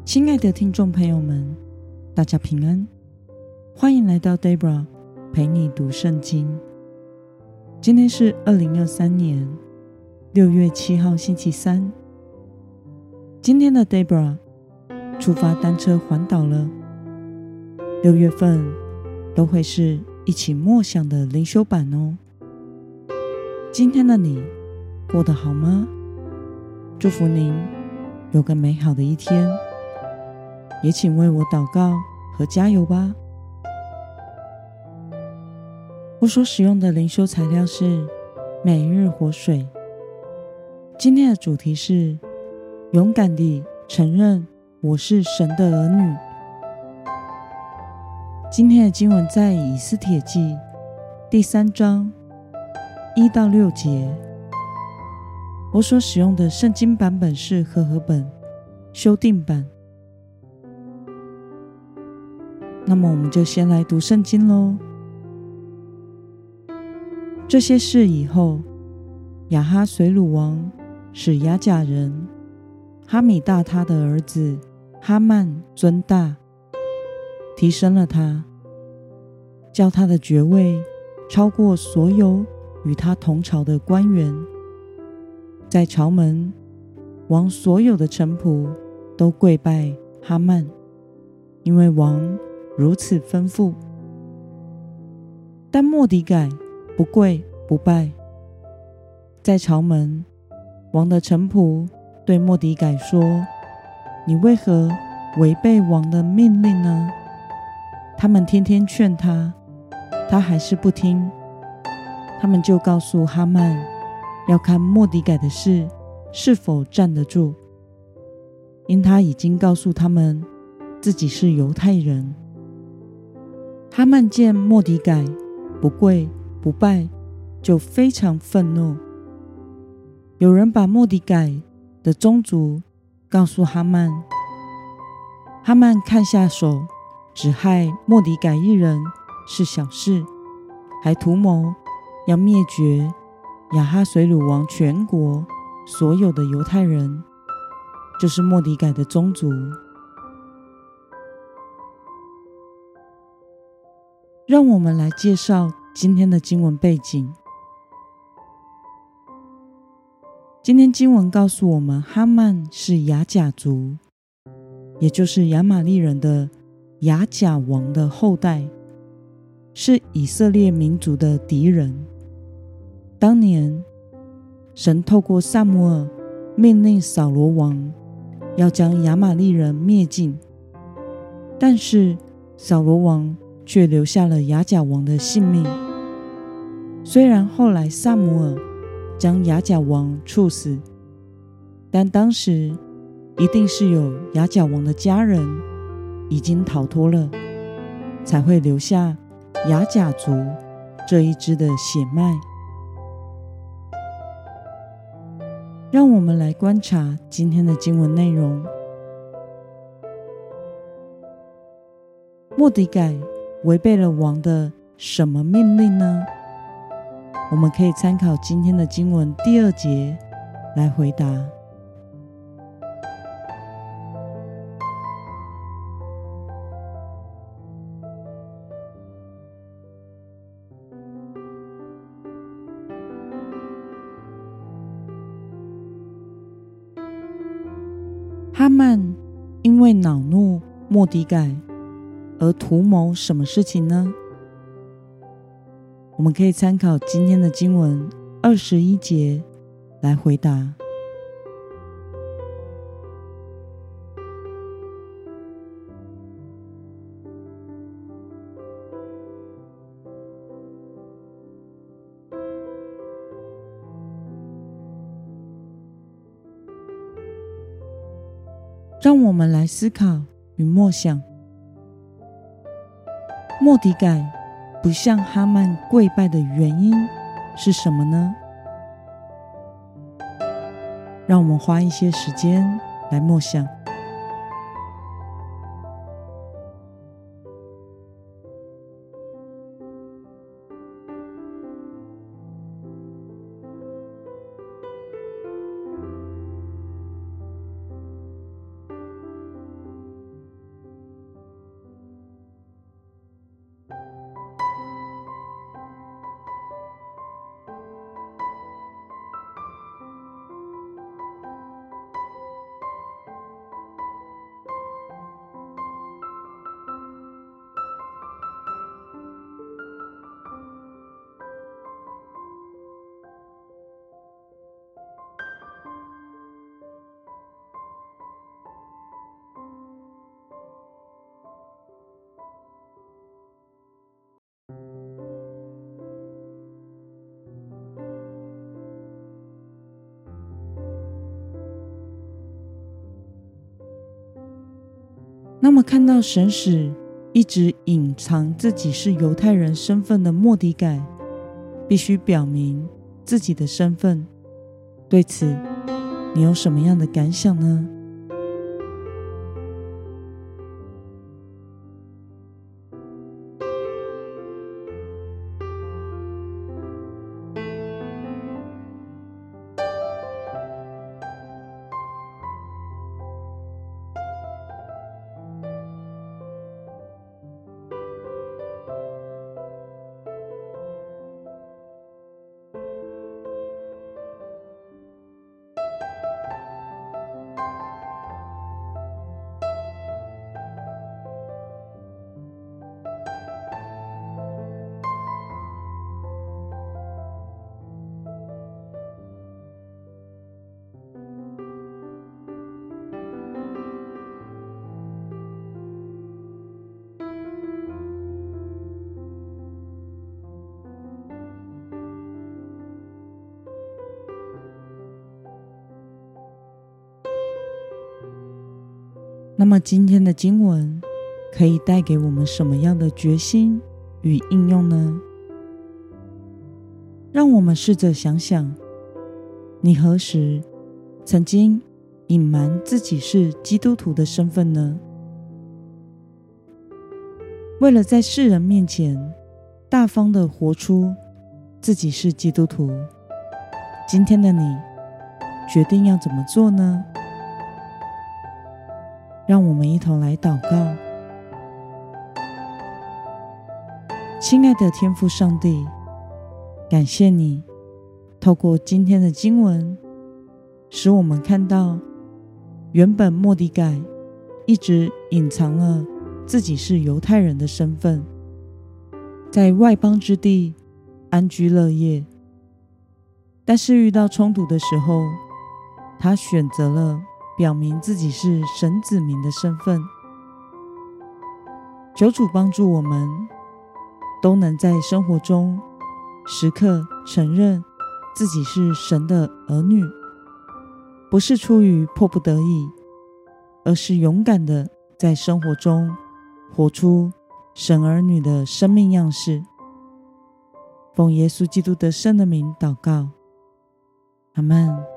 亲爱的听众朋友们，大家平安，欢迎来到 Debra 陪你读圣经。今天是2023年6月7号星期三。今天的 Debra 出发单车环岛了。6月份都会是一起默想的灵修版哦。今天的你过得好吗？祝福您有个美好的一天，也请为我祷告和加油吧。我所使用的灵修材料是每日活水。今天的主题是勇敢地承认我是神的儿女。今天的经文在以斯帖记第3章1到6节。我所使用的圣经版本是和合本修订版。那么我们就先来读圣经咯。这些事以后，亚哈随鲁王使亚甲人哈米大他的儿子哈曼尊大，提升了他，叫他的爵位超过所有与他同朝的官员。在朝门，王所有的臣仆都跪拜哈曼，因为王如此吩咐。但末底改不跪不拜。在朝门，王的臣仆对末底改说：你为何违背王的命令呢？他们天天劝他，他还是不听。他们就告诉哈曼，要看末底改的事是否站得住，因他已经告诉他们自己是犹太人。哈曼见末底改不跪不拜，就非常愤怒。有人把末底改的宗族告诉哈曼，哈曼看下手，只害末底改一人是小事，还图谋要灭绝亚哈随鲁王全国所有的犹太人，就是末底改的宗族。让我们来介绍今天的经文背景。今天经文告诉我们，哈曼是亚甲族，也就是亚玛利人的亚甲王的后代，是以色列民族的敌人。当年神透过撒母耳命令扫罗王要将亚玛利人灭尽，但是扫罗王却留下了亚甲王的性命。虽然后来撒母耳将亚甲王处死，但当时一定是有亚甲王的家人已经逃脱了，才会留下亚甲族这一支的血脉。让我们来观察今天的经文内容。末底改违背了王的什么命令呢？我们可以参考今天的经文第2节来回答。哈曼因为恼怒末底改而图谋什么事情呢？我们可以参考今天的经文21节来回答。让我们来思考与默想，末底改不向哈曼跪拜的原因是什么呢？让我们花一些时间来默想。 那么看到神使一直隐藏自己是犹太人身份的末底改，必须表明自己的身份，对此你有什么样的感想呢？那么今天的经文可以带给我们什么样的决心与应用呢？让我们试着想想，你何时曾经隐瞒自己是基督徒的身份呢？为了在世人面前大方地活出自己是基督徒，今天的你决定要怎么做呢？让我们一同来祷告。亲爱的天父上帝，感谢你透过今天的经文，使我们看到原本末底改一直隐藏了自己是犹太人的身份，在外邦之地安居乐业，但是遇到冲突的时候，他选择了表明自己是神子民的身份。求主帮助我们都能在生活中时刻承认自己是神的儿女，不是出于迫不得已，而是勇敢的在生活中活出神儿女的生命样式。奉耶稣基督得胜的名祷告，阿们。